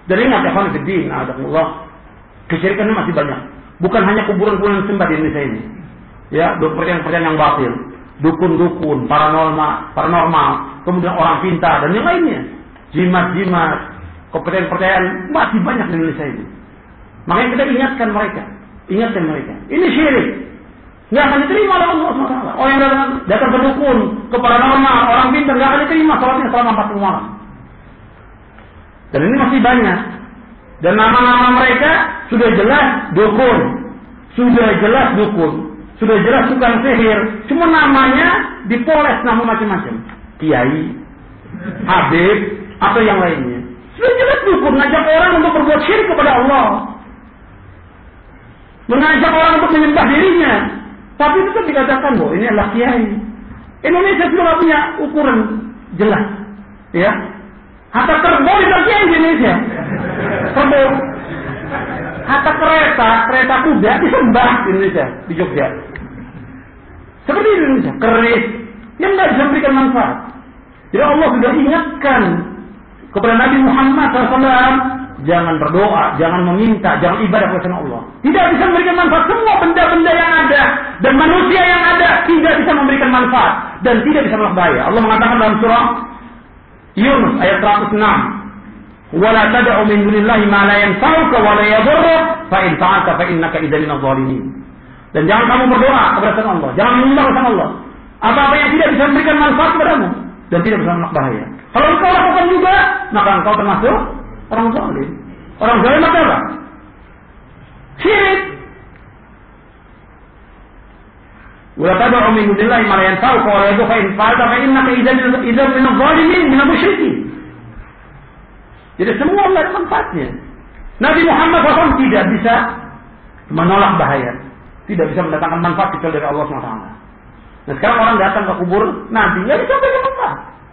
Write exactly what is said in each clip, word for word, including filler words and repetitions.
Dan ingat ya kawan fiddin, a'adakumullah, kesyirikan masih banyak. Bukan hanya kuburan-kuburan sembah di Indonesia ini. Ya, percayaan-percayaan yang batil, dukun-dukun, paranormal, paranormal, kemudian orang pintar dan yang lainnya. Jimat-jimat, kepercayaan-percayaan masih banyak di Indonesia ini. Makanya kita ingatkan mereka, ingatkan mereka. Ini syirik. Nggak akan diterima oleh Allah subhanahu wa taala. Orang yang datang, datang ke dukun, ke paranormal, orang pintar nggak akan diterima salatnya selama empat puluh malam. Dan ini masih banyak. Dan nama-nama mereka sudah jelas dukun, sudah jelas dukun, sudah jelas tukang sihir. Cuma namanya dipoles nama macam-macam. Kiai, habib, atau yang lainnya. Sudah jelas dukun, ngajak orang untuk berbuat syirik kepada Allah. Mengajak orang untuk menyembah dirinya. Tapi itu dikatakan bahwa ini adalah kiai. Indonesia sudah punya ukuran jelas. Ya. Hatta kerbau itu kiai di Indonesia. Kerbau. Hatta kereta, kereta kuda disembah di Indonesia, di Jogja. Seperti di Indonesia, keris yang tidak bisa memberikan manfaat. Jadi Allah sudah ingatkan kepada Nabi Muhammad shallallahu alaihi wasallam, jangan berdoa, jangan meminta, jangan ibadah kepada Allah. Tidak bisa memberikan manfaat. Semua benda-benda yang ada dan manusia yang ada tidak bisa memberikan manfaat dan tidak bisa menolak bahaya. Allah mengatakan dalam surah Yunus ayat seratus enam, "Wala tad'u min dunillahi ma la yanfa'uka wa la yadhurruk, fa in fa'alta fa innaka idzan minadh dhalimin." Dan jangan kamu berdoa kepada selain Allah, jangan menyembah kepada Allah. Apa-apa yang tidak bisa memberikan manfaat kepadamu dan tidak bisa menolak bahaya. Kalau engkau lakukan juga, maka engkau termasuk orang zalim. Orang zalim apa? Syirik. Wa tad'u min dunillahi ma la yanfa'uka wa la yadhurruka, fa in fa'alta fa innaka idzan minadh dhalimin, minal musyrikin. Jadi semua tidak ada manfaatnya. Nabi Muhammad shallallahu alaihi wasallam tidak bisa menolak bahaya, tidak bisa mendatangkan manfaat kecuali dari Allah subhanahu wa taala. Nah sekarang orang datang ke kubur Nabi, nggak bisa memberikan manfaat.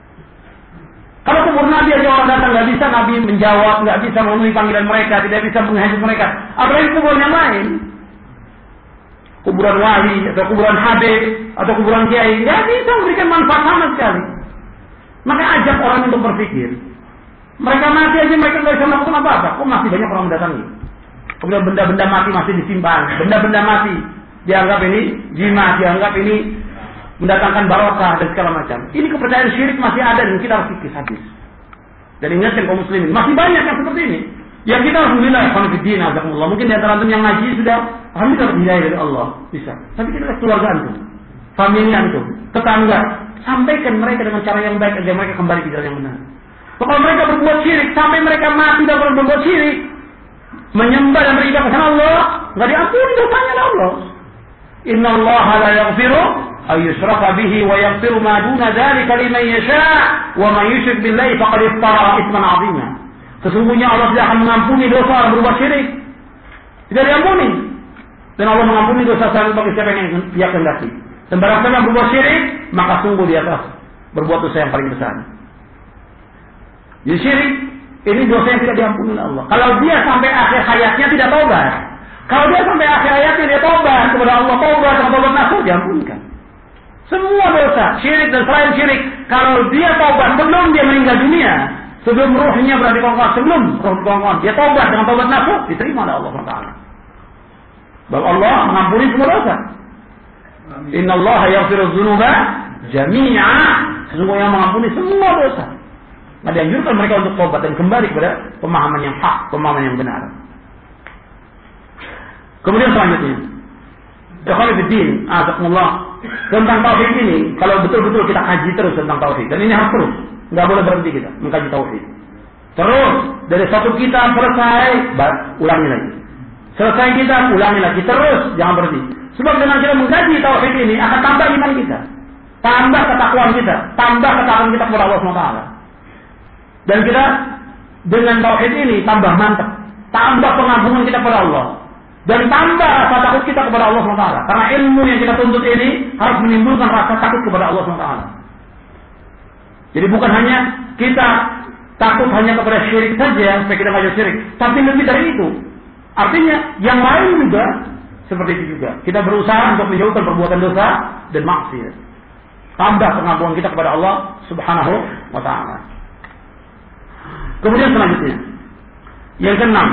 Kalau kubur Nabi aja orang datang nggak bisa Nabi menjawab, nggak bisa memenuhi panggilan mereka, tidak bisa menghajat mereka. Apalagi kuburan yang lain, kuburan wali atau kuburan habib atau kuburan kiai, nggak bisa memberikan manfaat sama sekali. Maka ajak orang untuk berpikir. Mereka mati aja mereka nggak bisa melakukan apa-apa. Kok masih banyak orang mendatangi? Kemudian benda-benda mati masih disimpan, benda-benda mati dianggap ini jimat, dianggap ini mendatangkan barokah dan segala macam. Ini kepercayaan syirik masih ada dan kita harus kikis habis. Dan ingatkan kaum muslimin, masih banyak yang seperti ini. Yang kita alhamdulillah, alhamdulillah, alhamdulillah. Mungkin di antara antum yang ngaji sudah alhamdulillah hidayah dari Allah, bisa. Tapi kita lihat keluarga antum, famili antum, tetangga, sampaikan mereka dengan cara yang baik agar mereka kembali ke jalan yang benar. Kalau mereka berbuat syirik sampai mereka mati dalam berbuat syirik, menyembah dan beribadah kepada Allah, enggak diampuni dosanya oleh Allah. Innallaha la yaghfiru ay yushraka bihi wa yaghfiru ma duna dzalika liman yasha' wa man yusyrik billahi faqad iftara itsman 'azima. Sesungguhnya Allah tidak akan mengampuni dosa orang berbuat syirik. Tidak diampuni. Dan Allah mengampuni dosa bagi siapa yang dia kehendaki. Dan barang siapa yang berbuat syirik, maka sungguh di atas berbuat dosa yang paling besar. Jadi syirik ini dosa yang tidak diampuni oleh Allah. Kalau dia sampai akhir hayatnya tidak taubat, kalau dia sampai akhir hayatnya dia taubat kepada Allah, taubat dan taubat nasuh, diampunkan. Semua dosa, syirik dan selain syirik, kalau dia taubat sebelum dia meninggal dunia, sebelum ruhnya berada di kongkong, sebelum ruh kongkong, dia taubat dengan taubat nasuh, diterima oleh Allah subhanahu wa taala. Bahwa Allah mengampuni semua dosa. Innallaha yaghfiru dzunuba jami'a. Sesungguhnya mengampuni semua dosa. Nah, dianjurkan mereka untuk taubat dan kembali kepada pemahaman yang hak, pemahaman yang benar. Kemudian selanjutnya, Ikhwanuddin, azakumullah, tentang tauhid ini, kalau betul-betul kita kaji terus tentang tauhid, dan ini harus terus, nggak boleh berhenti kita mengkaji tauhid. Terus dari satu kitab selesai, ulangi lagi. Selesai kita, ulangi lagi terus, jangan berhenti. Sebab dengan kita mengkaji tauhid ini akan tambah iman kita, tambah ketakwaan kita, tambah ketakwaan kita kepada Allah subhanahu wa taala. Dan kita dengan tauhid ini tambah mantap, tambah pengagungan kita kepada Allah, dan tambah rasa takut kita kepada Allah subhanahu wa taala. Karena ilmu yang kita tuntut ini harus menimbulkan rasa takut kepada Allah subhanahu wa taala. Jadi bukan hanya kita takut hanya kepada syirik saja supaya kita nggak syirik, tapi lebih dari itu. Artinya yang lain juga seperti itu juga. Kita berusaha untuk menjauhkan perbuatan dosa dan maksiat. Tambah pengagungan kita kepada Allah subhanahu wa taala. Kemudian selanjutnya, Yang keenam,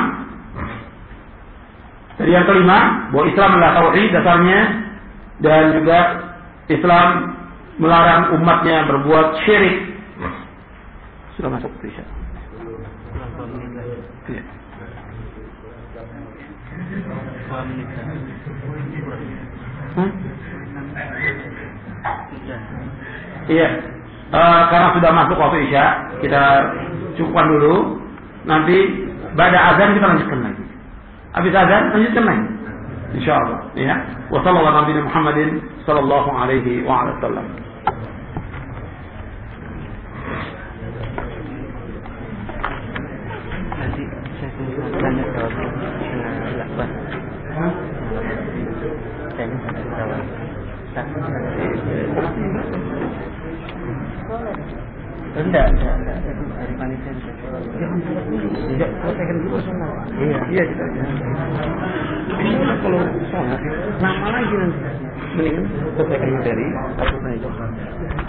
dari yang kelima, bahwa Islam adalah tauhid dasarnya, dan juga Islam melarang umatnya berbuat syirik. Sudah masuk Isya. Iya, uh, karena sudah masuk waktu Isya, kita cukupkan dulu. Nanti pada azan kita lanjutkan lagi. Habis azan lanjutkan lagi. Insyaallah. Ya. Wassallallahu ala Muhammadin sallallahu alaihi wa ala sallam. Nanti saya tanya ke Pak. Saya jawab. Enggak, enggak, enggak, dari panitia. Tidak, selesaikan dulu sholat. Iya, iya kita. Ini kalau sholat, lama lagi nanti. Mendingan selesaikan materi, aku tanya.